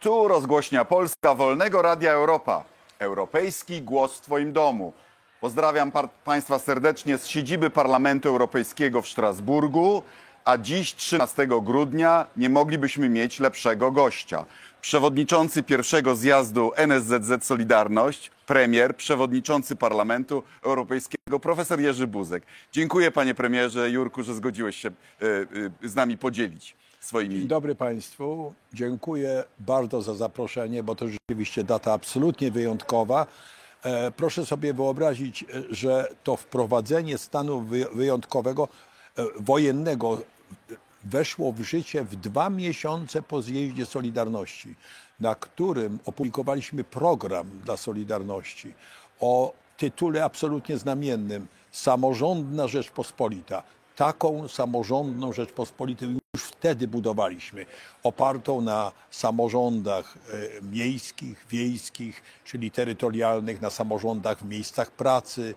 Tu rozgłośnia Polska Wolnego Radia Europa. Europejski głos w Twoim domu. Pozdrawiam Państwa serdecznie z siedziby Parlamentu Europejskiego w Strasburgu, a dziś 13 grudnia nie moglibyśmy mieć lepszego gościa. Przewodniczący pierwszego zjazdu NSZZ Solidarność, premier, przewodniczący Parlamentu Europejskiego, profesor Jerzy Buzek. Dziękuję, panie premierze, Jurku, że zgodziłeś się z nami podzielić swoimi... Dzień dobry Państwu. Dziękuję bardzo za zaproszenie, bo to rzeczywiście data absolutnie wyjątkowa. Proszę sobie wyobrazić, że to wprowadzenie stanu wyjątkowego, wojennego weszło w życie w 2 miesiące po zjeździe Solidarności, na którym opublikowaliśmy program dla Solidarności o tytule absolutnie znamiennym Samorządna Rzeczpospolita. Taką samorządną Rzeczpospolitą już wtedy budowaliśmy, opartą na samorządach miejskich, wiejskich, czyli terytorialnych, na samorządach w miejscach pracy,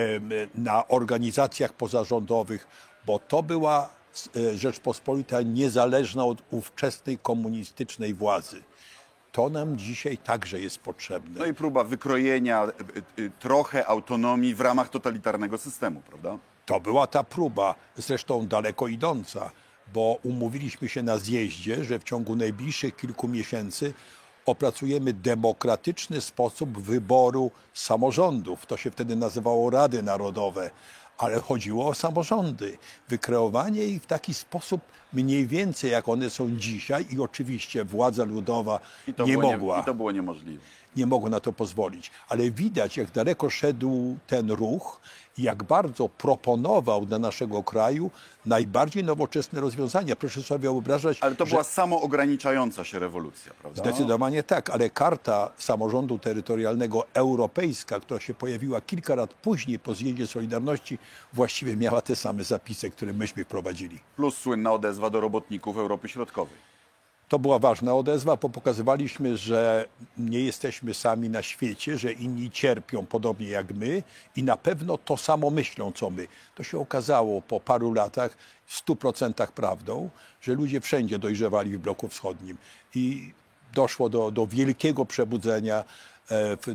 na organizacjach pozarządowych, bo to była Rzeczpospolita niezależna od ówczesnej komunistycznej władzy. To nam dzisiaj także jest potrzebne. No i próba wykrojenia trochę autonomii w ramach totalitarnego systemu, prawda? To była ta próba, zresztą daleko idąca, bo umówiliśmy się na zjeździe, że w ciągu najbliższych kilku miesięcy opracujemy demokratyczny sposób wyboru samorządów. To się wtedy nazywało Rady Narodowe, ale chodziło o samorządy. Wykreowanie ich w taki sposób mniej więcej jak one są dzisiaj i oczywiście władza ludowa nie mogła. I to było niemożliwe. Nie mogło na to pozwolić. Ale widać, jak daleko szedł ten ruch i jak bardzo proponował dla naszego kraju najbardziej nowoczesne rozwiązania. Proszę sobie wyobrażać... Ale to była samoograniczająca się rewolucja, prawda? Zdecydowanie tak, ale karta samorządu terytorialnego europejska, która się pojawiła kilka lat później po zjeździe Solidarności, właściwie miała te same zapisy, które myśmy wprowadzili. Plus słynna odezwa do robotników Europy Środkowej. To była ważna odezwa, bo pokazywaliśmy, że nie jesteśmy sami na świecie, że inni cierpią podobnie jak my i na pewno to samo myślą, co my. To się okazało po paru latach w 100% prawdą, że ludzie wszędzie dojrzewali w bloku wschodnim i doszło do wielkiego przebudzenia w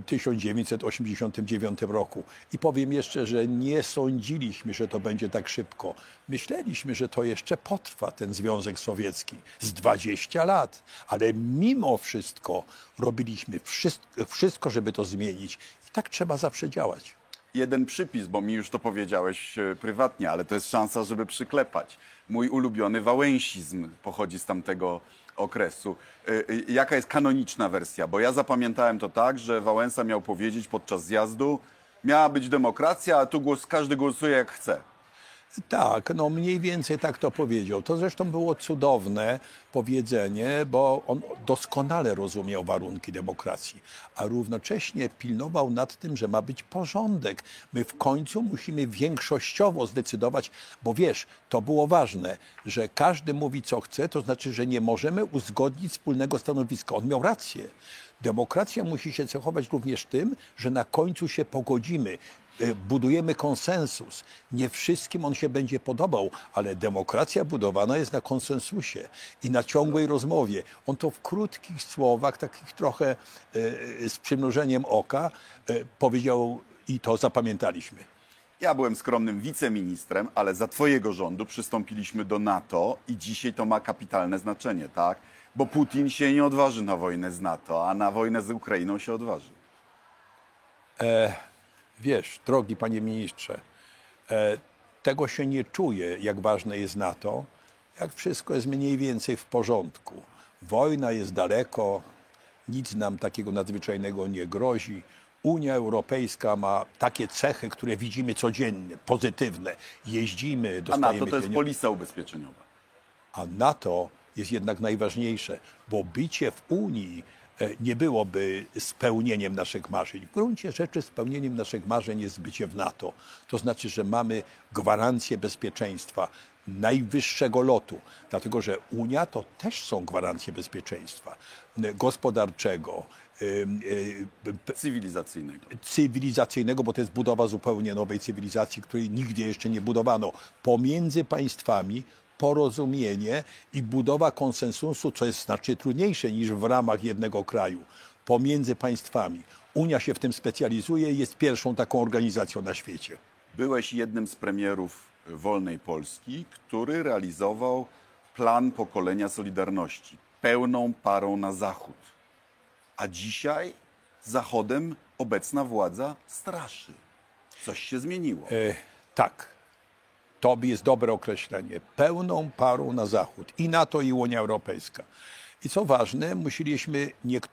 1989 roku. I powiem jeszcze, że nie sądziliśmy, że to będzie tak szybko. Myśleliśmy, że to jeszcze potrwa, ten Związek Sowiecki, z 20 lat. Ale mimo wszystko robiliśmy wszystko, żeby to zmienić. I tak trzeba zawsze działać. Jeden przypis, bo mi już to powiedziałeś prywatnie, ale to jest szansa, żeby przyklepać. Mój ulubiony wałęsizm pochodzi z tamtego okresu. Jaka jest kanoniczna wersja? Bo ja zapamiętałem to tak, że Wałęsa miał powiedzieć podczas zjazdu, miała być demokracja, a tu każdy głosuje jak chce. Tak, no mniej więcej tak to powiedział. To zresztą było cudowne powiedzenie, bo on doskonale rozumiał warunki demokracji, a równocześnie pilnował nad tym, że ma być porządek. My w końcu musimy większościowo zdecydować, bo wiesz, to było ważne, że każdy mówi co chce, to znaczy, że nie możemy uzgodnić wspólnego stanowiska. On miał rację. Demokracja musi się cechować również tym, że na końcu się pogodzimy. Budujemy konsensus. Nie wszystkim on się będzie podobał, ale demokracja budowana jest na konsensusie i na ciągłej rozmowie. On to w krótkich słowach, takich trochę z przymrużeniem oka powiedział i to zapamiętaliśmy. Ja byłem skromnym wiceministrem, ale za twojego rządu przystąpiliśmy do NATO i dzisiaj to ma kapitalne znaczenie, tak? Bo Putin się nie odważy na wojnę z NATO, a na wojnę z Ukrainą się odważy. Wiesz, drogi panie ministrze, tego się nie czuje, jak ważne jest NATO, jak wszystko jest mniej więcej w porządku. Wojna jest daleko, nic nam takiego nadzwyczajnego nie grozi. Unia Europejska ma takie cechy, które widzimy codziennie, pozytywne. Jeździmy, dostajemy... A NATO to jest polisa ubezpieczeniowa. A NATO jest jednak najważniejsze, bo bycie w Unii nie byłoby spełnieniem naszych marzeń. W gruncie rzeczy spełnieniem naszych marzeń jest bycie w NATO. To znaczy, że mamy gwarancję bezpieczeństwa najwyższego lotu, dlatego że Unia to też są gwarancje bezpieczeństwa gospodarczego, cywilizacyjnego, bo to jest budowa zupełnie nowej cywilizacji, której nigdzie jeszcze nie budowano. Pomiędzy państwami porozumienie i budowa konsensusu, co jest znacznie trudniejsze niż w ramach jednego kraju, pomiędzy państwami. Unia się w tym specjalizuje i jest pierwszą taką organizacją na świecie. Byłeś jednym z premierów wolnej Polski, który realizował plan pokolenia Solidarności, pełną parą na Zachód. A dzisiaj Zachodem obecna władza straszy. Coś się zmieniło. Tak, to jest dobre określenie. Pełną parą na Zachód. I NATO, i Unia Europejska. I co ważne, musieliśmy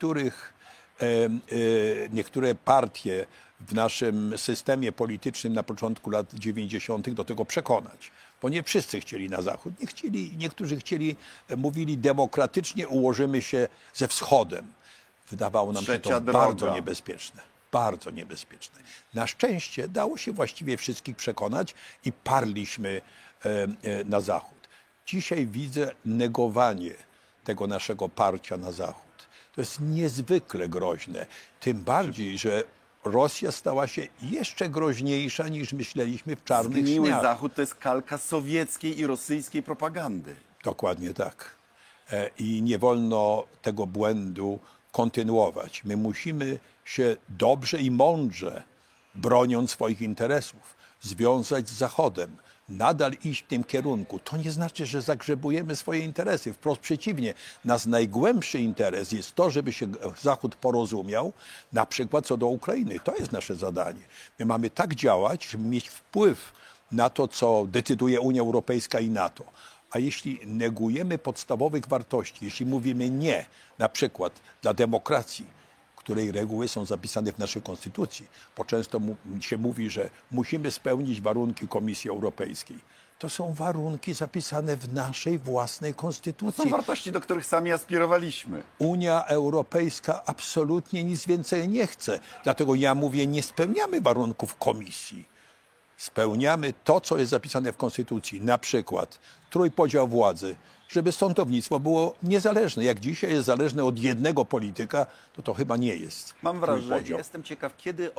niektóre partie w naszym systemie politycznym na początku lat 90. do tego przekonać. Bo nie wszyscy chcieli na Zachód. Niektórzy mówili demokratycznie ułożymy się ze Wschodem. Wydawało nam się Trzecia to droga. bardzo niebezpieczne. Bardzo niebezpieczne. Na szczęście dało się właściwie wszystkich przekonać i parliśmy na Zachód. Dzisiaj widzę negowanie tego naszego parcia na Zachód. To jest niezwykle groźne. Tym bardziej, że Rosja stała się jeszcze groźniejsza niż myśleliśmy w czarnych Zgniły śniach. Zachód to jest kalka sowieckiej i rosyjskiej propagandy. Dokładnie tak. I nie wolno tego błędu kontynuować. My musimy się dobrze i mądrze, broniąc swoich interesów, związać z Zachodem, nadal iść w tym kierunku. To nie znaczy, że zagrzebujemy swoje interesy. Wprost przeciwnie. Nasz najgłębszy interes jest to, żeby się Zachód porozumiał, na przykład co do Ukrainy. To jest nasze zadanie. My mamy tak działać, żeby mieć wpływ na to, co decyduje Unia Europejska i NATO. A jeśli negujemy podstawowych wartości, jeśli mówimy nie, na przykład dla demokracji, której reguły są zapisane w naszej konstytucji, bo często się mówi, że musimy spełnić warunki Komisji Europejskiej. To są warunki zapisane w naszej własnej To konstytucji. są wartości, do których sami aspirowaliśmy. Unia Europejska absolutnie nic więcej nie chce. Dlatego ja mówię, nie spełniamy warunków Komisji. Spełniamy to, co jest zapisane w Konstytucji. Na przykład trójpodział władzy, żeby sądownictwo było niezależne. Jak dzisiaj jest zależne od jednego polityka, to chyba nie jest Mam wrażenie, trójpodział. jestem ciekaw, kiedy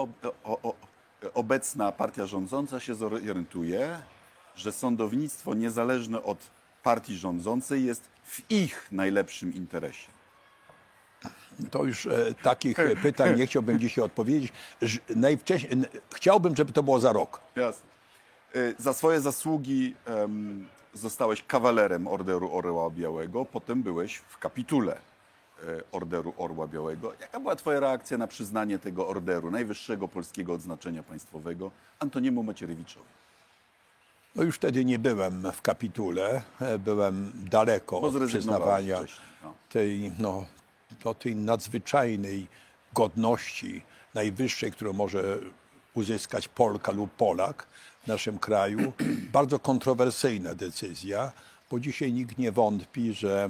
obecna partia rządząca się zorientuje, że sądownictwo niezależne od partii rządzącej jest w ich najlepszym interesie. To już takich pytań nie chciałbym dzisiaj odpowiedzieć. Chciałbym, żeby to było za rok. Jasne. Za swoje zasługi zostałeś kawalerem Orderu Orła Białego, potem byłeś w kapitule Orderu Orła Białego. Jaka była twoja reakcja na przyznanie tego orderu, najwyższego polskiego odznaczenia państwowego, Antoniemu Macierewiczowi? No już wtedy nie byłem w kapitule, byłem daleko Bo od zrezygnowałeś przyznawania wcześniej, tej nadzwyczajnej godności najwyższej, którą może uzyskać Polka lub Polak w naszym kraju. Bardzo kontrowersyjna decyzja, bo dzisiaj nikt nie wątpi, że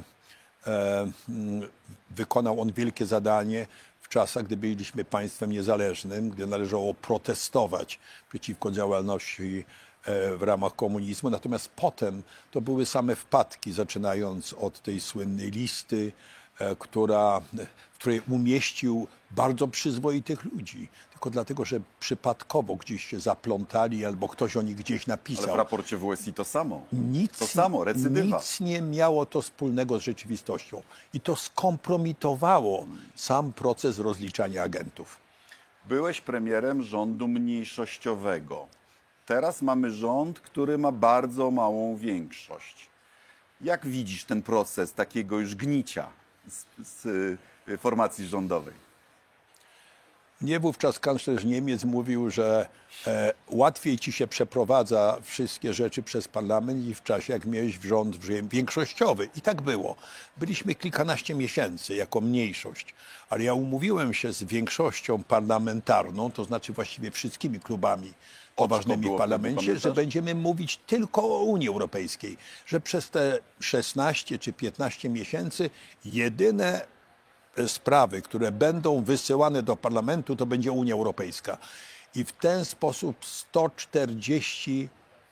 wykonał on wielkie zadanie w czasach, gdy byliśmy państwem niezależnym, gdy należało protestować przeciwko działalności w ramach komunizmu. Natomiast potem to były same wpadki, zaczynając od tej słynnej listy, w której umieścił bardzo przyzwoitych ludzi. Tylko dlatego, że przypadkowo gdzieś się zaplątali albo ktoś o nich gdzieś napisał. Ale w raporcie WSI to samo. Nic, recydywa. Nic nie miało to wspólnego z rzeczywistością. I to skompromitowało sam proces rozliczania agentów. Byłeś premierem rządu mniejszościowego. Teraz mamy rząd, który ma bardzo małą większość. Jak widzisz ten proces takiego już gnicia z formacji rządowej? Mnie wówczas kanclerz Niemiec mówił, że łatwiej ci się przeprowadza wszystkie rzeczy przez parlament niż w czasie, jak miałeś rząd większościowy. I tak było. Byliśmy kilkanaście miesięcy jako mniejszość, ale ja umówiłem się z większością parlamentarną, to znaczy właściwie wszystkimi klubami poważnymi w parlamencie, że będziemy mówić tylko o Unii Europejskiej, że przez te 16 czy 15 miesięcy jedyne sprawy, które będą wysyłane do parlamentu, to będzie Unia Europejska. I w ten sposób 140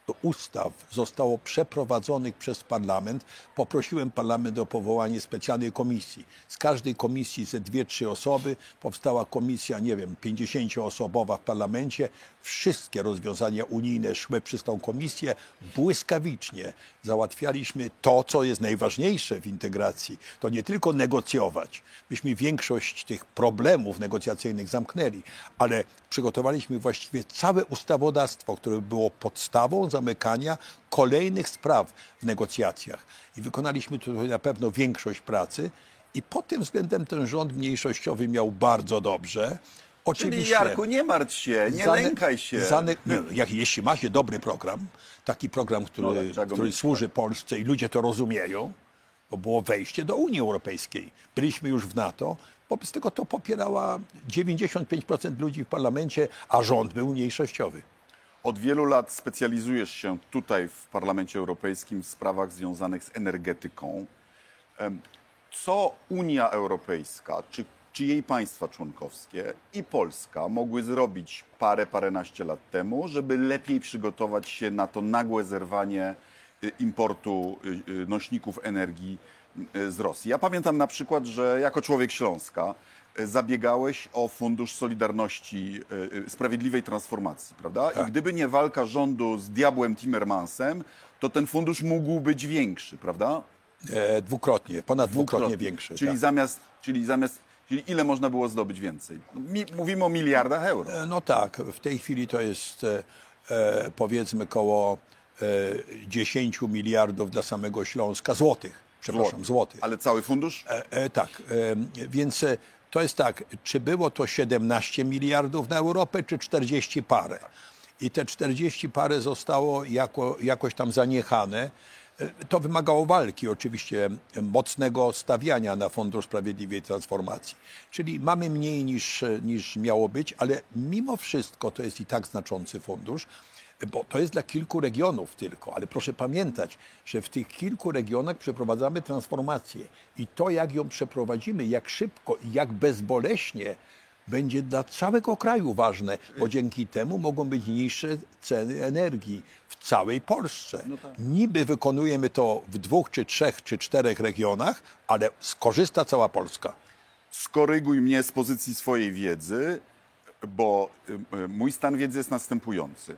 ustaw zostało przeprowadzonych przez parlament. Poprosiłem parlament o powołanie specjalnej komisji. Z każdej komisji ze 2-3 osoby powstała komisja, nie wiem, 50-osobowa w parlamencie. Wszystkie rozwiązania unijne szły przez tą komisję. Błyskawicznie załatwialiśmy to, co jest najważniejsze w integracji. To nie tylko negocjować. Myśmy większość tych problemów negocjacyjnych zamknęli, ale przygotowaliśmy właściwie całe ustawodawstwo, które było podstawą zamykania kolejnych spraw w negocjacjach. I wykonaliśmy tutaj na pewno większość pracy i pod tym względem ten rząd mniejszościowy miał bardzo dobrze. Czyli Jarku, nie martw się, nie lękaj się. Jeśli ma się dobry program, taki program, który służy Polsce i ludzie to rozumieją, bo było wejście do Unii Europejskiej. Byliśmy już w NATO, wobec tego to popierała 95% ludzi w parlamencie, a rząd był mniejszościowy. Od wielu lat specjalizujesz się tutaj w Parlamencie Europejskim w sprawach związanych z energetyką. Co Unia Europejska, czy jej państwa członkowskie i Polska mogły zrobić paręnaście lat temu, żeby lepiej przygotować się na to nagłe zerwanie importu nośników energii z Rosji? Ja pamiętam na przykład, że jako człowiek Śląska zabiegałeś o Fundusz Solidarności Sprawiedliwej Transformacji, prawda? Tak. I gdyby nie walka rządu z diabłem Timmermansem, to ten fundusz mógł być większy, prawda? Ponad dwukrotnie większy. Czyli ile można było zdobyć więcej? Mówimy o miliardach euro. No tak, w tej chwili to jest powiedzmy koło 10 miliardów dla samego Śląska złotych. Przepraszam, złotych. Ale cały fundusz? Tak, więc to jest tak, czy było to 17 miliardów na Europę, czy 40 parę. I te 40 parę zostało jakoś tam zaniechane. To wymagało walki, oczywiście mocnego stawiania na Fundusz Sprawiedliwej Transformacji. Czyli mamy mniej niż miało być, ale mimo wszystko to jest i tak znaczący fundusz, bo to jest dla kilku regionów tylko, ale proszę pamiętać, że w tych kilku regionach przeprowadzamy transformację i to, jak ją przeprowadzimy, jak szybko i jak bezboleśnie, będzie dla całego kraju ważne, bo dzięki temu mogą być niższe ceny energii w całej Polsce. No tak. Niby wykonujemy to w 2, czy 3, czy 4 regionach, ale skorzysta cała Polska. Skoryguj mnie z pozycji swojej wiedzy, bo mój stan wiedzy jest następujący.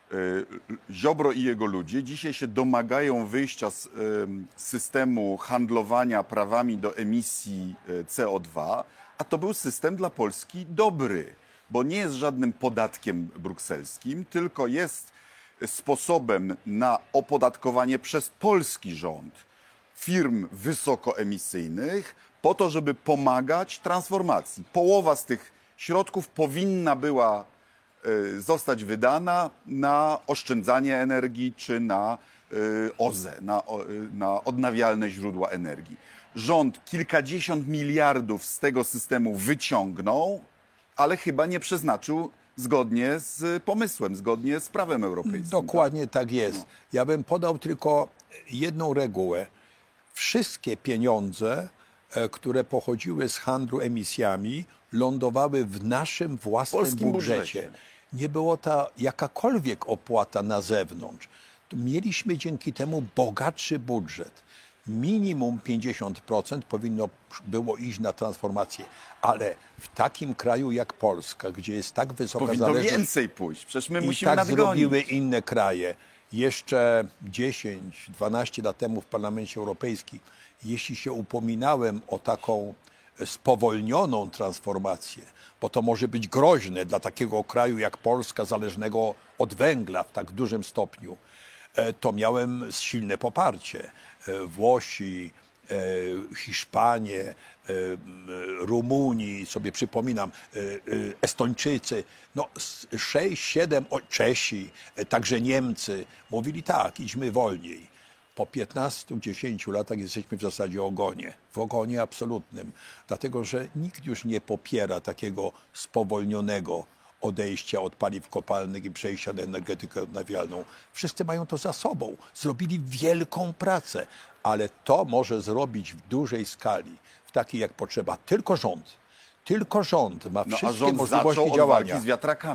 Ziobro i jego ludzie dzisiaj się domagają wyjścia z systemu handlowania prawami do emisji CO2, a to był system dla Polski dobry, bo nie jest żadnym podatkiem brukselskim, tylko jest sposobem na opodatkowanie przez polski rząd firm wysokoemisyjnych po to, żeby pomagać transformacji. Połowa z tych środków powinna była zostać wydana na oszczędzanie energii czy na OZE, na odnawialne źródła energii. Rząd kilkadziesiąt miliardów z tego systemu wyciągnął, ale chyba nie przeznaczył zgodnie z pomysłem, zgodnie z prawem europejskim. Dokładnie tak jest. Ja bym podał tylko jedną regułę. Wszystkie pieniądze, które pochodziły z handlu emisjami, lądowały w naszym własnym Polskim budżecie. Nie było ta jakakolwiek opłata na zewnątrz. Mieliśmy dzięki temu bogatszy budżet. Minimum 50% powinno było iść na transformację, ale w takim kraju jak Polska, gdzie jest tak wysoka Powinno zależność... więcej pójść, przecież my I musimy tak nadgonić. zrobiły inne kraje. Jeszcze 10-12 lat temu w Parlamencie Europejskim, jeśli się upominałem o taką spowolnioną transformację, bo to może być groźne dla takiego kraju jak Polska, zależnego od węgla w tak dużym stopniu, to miałem silne poparcie. Włosi, Hiszpanie, Rumuni, sobie przypominam, Estończycy, no 6, 7, Czesi, także Niemcy mówili tak, idźmy wolniej. Po 15-10 latach jesteśmy w zasadzie w ogonie absolutnym, dlatego że nikt już nie popiera takiego spowolnionego odejścia od paliw kopalnych i przejścia na energetykę odnawialną. Wszyscy mają to za sobą. Zrobili wielką pracę, ale to może zrobić w dużej skali, w takiej jak potrzeba, tylko rząd. Tylko rząd ma wszystkie A rząd możliwości zaczął od działania. walki z wiatrakami.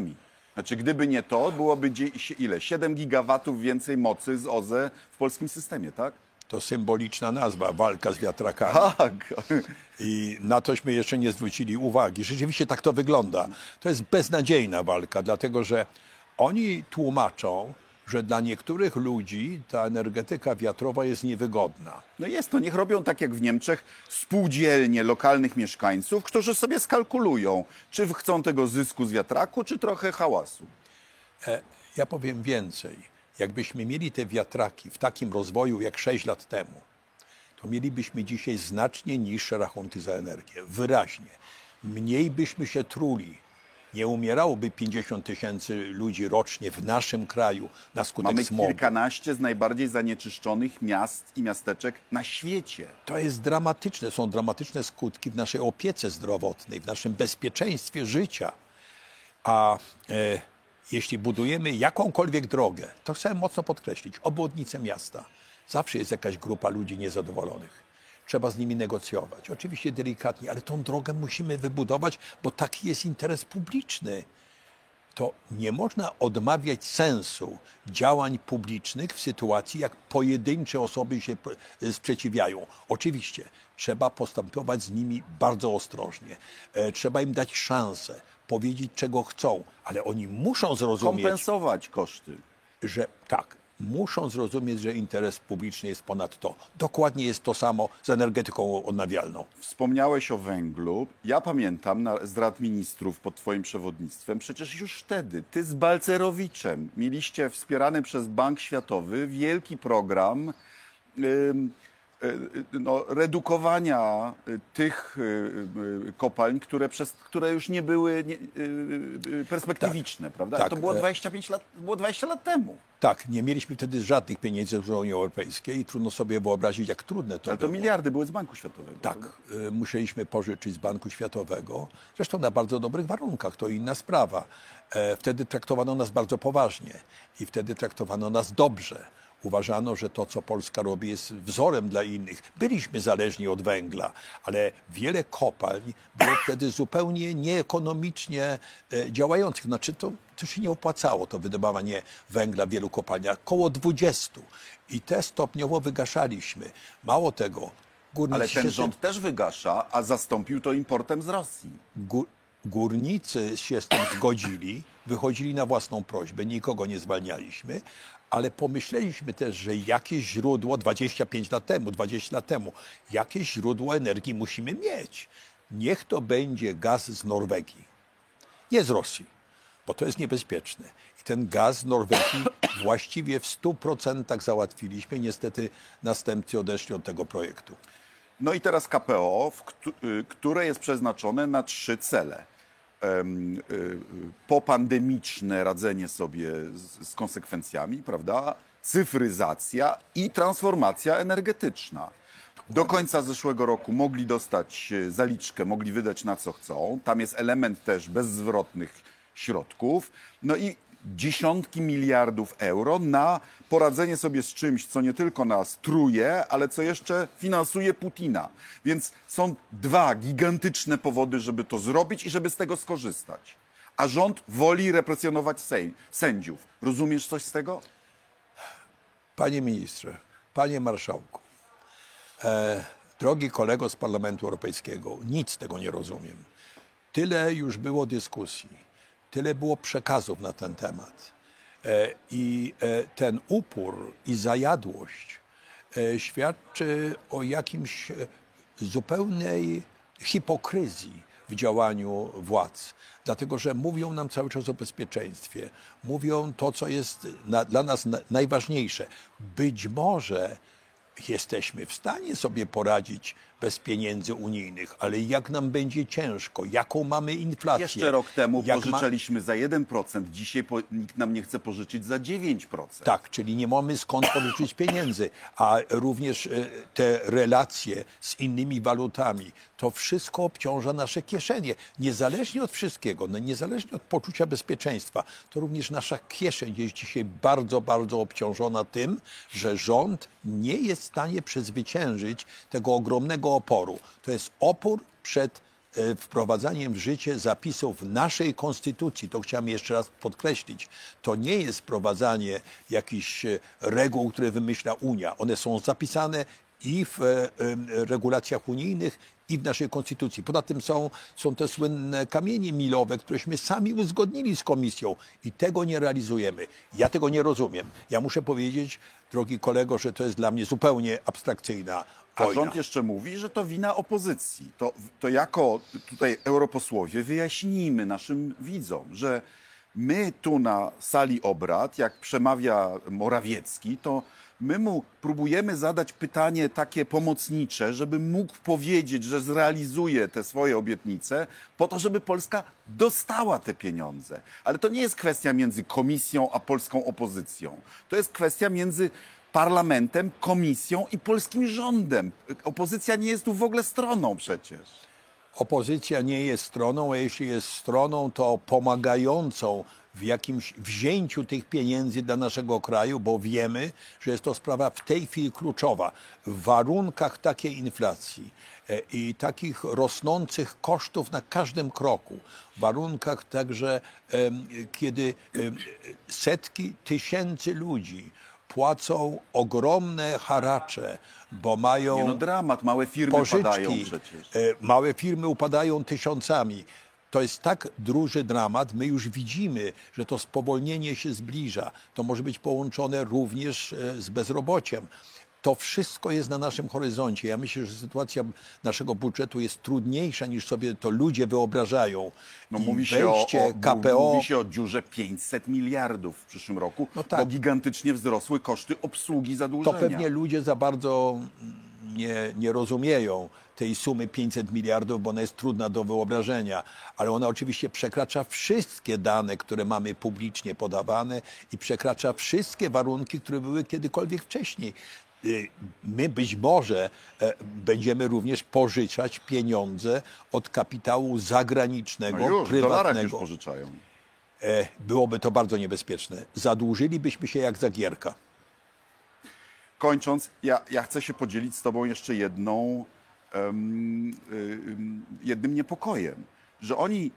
Znaczy, gdyby nie to, byłoby ile? 7 gigawatów więcej mocy z OZE w polskim systemie, tak? To symboliczna nazwa, walka z wiatrakami. Tak. I na tośmy jeszcze nie zwrócili uwagi. Rzeczywiście tak to wygląda. To jest beznadziejna walka, dlatego że oni tłumaczą, że dla niektórych ludzi ta energetyka wiatrowa jest niewygodna. No jest to, niech robią tak jak w Niemczech, spółdzielnie lokalnych mieszkańców, którzy sobie skalkulują, czy chcą tego zysku z wiatraku, czy trochę hałasu. Ja powiem więcej. Jakbyśmy mieli te wiatraki w takim rozwoju jak 6 lat temu, to mielibyśmy dzisiaj znacznie niższe rachunki za energię. Wyraźnie. Mniej byśmy się truli. Nie umierałoby 50 000 ludzi rocznie w naszym kraju na skutek Mamy smogu. kilkanaście z najbardziej zanieczyszczonych miast i miasteczek na świecie. To jest dramatyczne. Są dramatyczne skutki w naszej opiece zdrowotnej, w naszym bezpieczeństwie życia. A jeśli budujemy jakąkolwiek drogę, to chcę mocno podkreślić, obwodnicę miasta, zawsze jest jakaś grupa ludzi niezadowolonych. Trzeba z nimi negocjować. Oczywiście delikatnie, ale tą drogę musimy wybudować, bo taki jest interes publiczny. To nie można odmawiać sensu działań publicznych w sytuacji, jak pojedyncze osoby się sprzeciwiają. Oczywiście trzeba postępować z nimi bardzo ostrożnie. Trzeba im dać szansę, powiedzieć, czego chcą, ale oni muszą zrozumieć, Kompensować koszty. że tak, muszą zrozumieć, że interes publiczny jest ponad to. Dokładnie jest to samo z energetyką odnawialną. Wspomniałeś o węglu. Ja pamiętam z Rad Ministrów pod twoim przewodnictwem, przecież już wtedy ty z Balcerowiczem mieliście wspierany przez Bank Światowy wielki program redukowania tych kopalń, które już nie były perspektywiczne, prawda? tak. To było 25 lat, było 20 lat temu. Tak, nie mieliśmy wtedy żadnych pieniędzy z Unii Europejskiej i trudno sobie wyobrazić, jak trudne to Ale to było. miliardy były z Banku Światowego. Tak, musieliśmy pożyczyć z Banku Światowego, zresztą na bardzo dobrych warunkach, to inna sprawa. Wtedy traktowano nas bardzo poważnie i wtedy traktowano nas dobrze. Uważano, że to, co Polska robi, jest wzorem dla innych. Byliśmy zależni od węgla, ale wiele kopalń było wtedy zupełnie nieekonomicznie działających. Znaczy to się nie opłacało, to wydobywanie węgla w wielu kopalniach, około 20. I te stopniowo wygaszaliśmy. Mało tego, górnicy Ale ten się rząd też wygasza, a zastąpił to importem z Rosji. Górnicy się z tym zgodzili, wychodzili na własną prośbę, nikogo nie zwalnialiśmy, ale pomyśleliśmy też, że jakieś źródło 25 lat temu, 20 lat temu, jakieś źródło energii musimy mieć. Niech to będzie gaz z Norwegii, nie z Rosji, bo to jest niebezpieczne. I ten gaz z Norwegii właściwie w 100% załatwiliśmy. Niestety następcy odeszli od tego projektu. No i teraz KPO, które jest przeznaczone na 3 cele. Popandemiczne radzenie sobie z konsekwencjami, prawda? Cyfryzacja i transformacja energetyczna. Do końca zeszłego roku mogli dostać zaliczkę, mogli wydać na co chcą. Tam jest element też bezzwrotnych środków. No i dziesiątki miliardów euro na poradzenie sobie z czymś, co nie tylko nas truje, ale co jeszcze finansuje Putina. Więc są 2 gigantyczne powody, żeby to zrobić i żeby z tego skorzystać. A rząd woli represjonować sędziów. Rozumiesz coś z tego? Panie ministrze, panie marszałku, drogi kolego z Parlamentu Europejskiego, nic z tego nie rozumiem. Tyle już było dyskusji, tyle było przekazów na ten temat. I ten upór i zajadłość świadczy o jakimś zupełnej hipokryzji w działaniu władz. Dlatego, że mówią nam cały czas o bezpieczeństwie. Mówią to, co jest dla nas najważniejsze. Być może jesteśmy w stanie sobie poradzić bez pieniędzy unijnych, ale jak nam będzie ciężko, jaką mamy inflację. Jeszcze rok temu jak pożyczaliśmy za 1%, dzisiaj nikt nam nie chce pożyczyć za 9%. Tak, czyli nie mamy skąd pożyczyć pieniędzy, a również te relacje z innymi walutami, to wszystko obciąża nasze kieszenie. Niezależnie od wszystkiego, no niezależnie od poczucia bezpieczeństwa, to również nasza kieszeń jest dzisiaj bardzo, bardzo obciążona tym, że rząd nie jest w stanie przezwyciężyć tego ogromnego oporu. To jest opór przed wprowadzaniem w życie zapisów naszej konstytucji. To chciałem jeszcze raz podkreślić. To nie jest wprowadzanie jakichś reguł, które wymyśla Unia. One są zapisane i w regulacjach unijnych, i w naszej konstytucji. Poza tym są te słynne kamienie milowe, któreśmy sami uzgodnili z komisją i tego nie realizujemy. Ja tego nie rozumiem. Ja muszę powiedzieć, drogi kolego, że to jest dla mnie zupełnie abstrakcyjna A wojna. rząd jeszcze mówi, że to wina opozycji. To jako tutaj europosłowie wyjaśnijmy naszym widzom, że my tu na sali obrad, jak przemawia Morawiecki, to my mu próbujemy zadać pytanie takie pomocnicze, żeby mógł powiedzieć, że zrealizuje te swoje obietnice po to, żeby Polska dostała te pieniądze. Ale to nie jest kwestia między komisją a polską opozycją. To jest kwestia między parlamentem, komisją i polskim rządem. Opozycja nie jest tu w ogóle stroną przecież. Opozycja nie jest stroną, a jeśli jest stroną, to pomagającą w jakimś wzięciu tych pieniędzy dla naszego kraju, bo wiemy, że jest to sprawa w tej chwili kluczowa. W warunkach takiej inflacji i takich rosnących kosztów na każdym kroku, w warunkach także, kiedy setki tysięcy ludzi płacą ogromne haracze, bo mają Nie no, dramat, małe firmy padają pożyczki, przecież. małe firmy upadają tysiącami. To jest tak duży dramat, my już widzimy, że to spowolnienie się zbliża. To może być połączone również z bezrobociem. To wszystko jest na naszym horyzoncie. Ja myślę, że sytuacja naszego budżetu jest trudniejsza niż sobie to ludzie wyobrażają. No, I mówi się o KPO. mówi się o dziurze 500 miliardów w przyszłym roku, No tak. bo gigantycznie wzrosły koszty obsługi zadłużenia. To pewnie ludzie za bardzo nie rozumieją tej sumy 500 miliardów, bo ona jest trudna do wyobrażenia, ale ona oczywiście przekracza wszystkie dane, które mamy publicznie podawane i przekracza wszystkie warunki, które były kiedykolwiek wcześniej. My być może będziemy również pożyczać pieniądze od kapitału zagranicznego, No już, w dolarach już prywatnego. pożyczają. Byłoby to bardzo niebezpieczne. Zadłużylibyśmy się jak Zagierka. Kończąc, ja chcę się podzielić z tobą jeszcze jednym niepokojem, że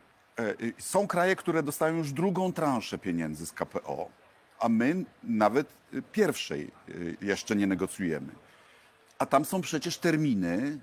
są kraje, które dostają już drugą transzę pieniędzy z KPO, a my nawet pierwszej jeszcze nie negocjujemy. A tam są przecież terminy,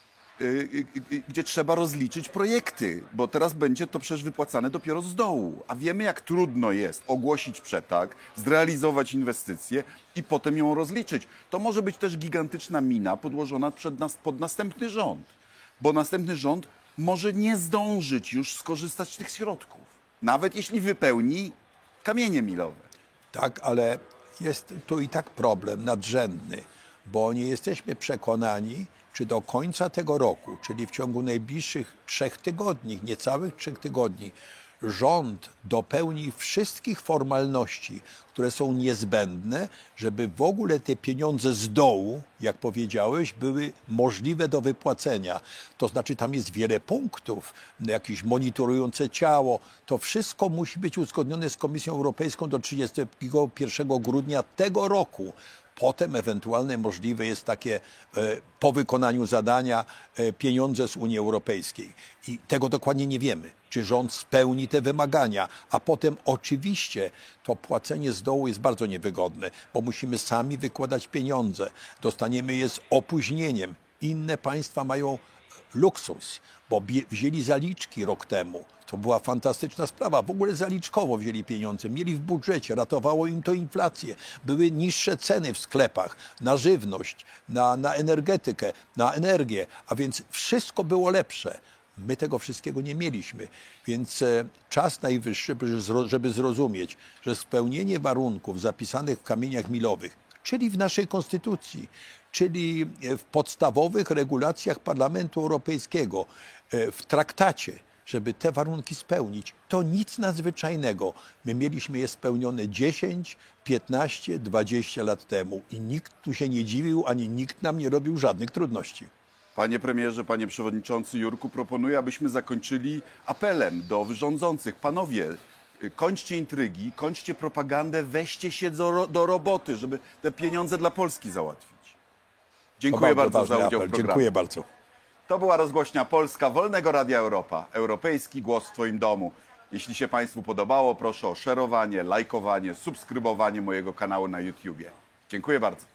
gdzie trzeba rozliczyć projekty, bo teraz będzie to przecież wypłacane dopiero z dołu. A wiemy, jak trudno jest ogłosić przetarg, zrealizować inwestycję i potem ją rozliczyć. To może być też gigantyczna mina podłożona pod następny rząd, bo następny rząd może nie zdążyć już skorzystać z tych środków, nawet jeśli wypełni kamienie milowe. Tak, ale jest tu i tak problem nadrzędny, bo nie jesteśmy przekonani, czy do końca tego roku, czyli w ciągu najbliższych 3 tygodni, niecałych 3 tygodni, rząd dopełni wszystkich formalności, które są niezbędne, żeby w ogóle te pieniądze z dołu, jak powiedziałeś, były możliwe do wypłacenia. To znaczy tam jest wiele punktów, jakieś monitorujące ciało. To wszystko musi być uzgodnione z Komisją Europejską do 31 grudnia tego roku. Potem ewentualnie możliwe jest takie po wykonaniu zadania pieniądze z Unii Europejskiej. I tego dokładnie nie wiemy, czy rząd spełni te wymagania. A potem oczywiście to płacenie z dołu jest bardzo niewygodne, bo musimy sami wykładać pieniądze. Dostaniemy je z opóźnieniem. Inne państwa mają luksus, bo wzięli zaliczki rok temu. To była fantastyczna sprawa. W ogóle zaliczkowo wzięli pieniądze, mieli w budżecie, ratowało im to inflację. Były niższe ceny w sklepach na żywność, na energetykę, na energię, a więc wszystko było lepsze. My tego wszystkiego nie mieliśmy, więc czas najwyższy, żeby zrozumieć, że spełnienie warunków zapisanych w kamieniach milowych, czyli w naszej konstytucji, czyli w podstawowych regulacjach Parlamentu Europejskiego, w traktacie, żeby te warunki spełnić, to nic nadzwyczajnego. My mieliśmy je spełnione 10, 15, 20 lat temu i nikt tu się nie dziwił, ani nikt nam nie robił żadnych trudności. Panie premierze, panie przewodniczący Jurku, proponuję, abyśmy zakończyli apelem do rządzących. Panowie, kończcie intrygi, kończcie propagandę, weźcie się do roboty, żeby te pieniądze dla Polski załatwić. Dziękuję bardzo za udział w programie. Dziękuję bardzo. To była rozgłośnia Polska Wolnego Radia Europa. Europejski głos w Twoim domu. Jeśli się Państwu podobało, proszę o szerowanie, lajkowanie, subskrybowanie mojego kanału na YouTubie. Dziękuję bardzo.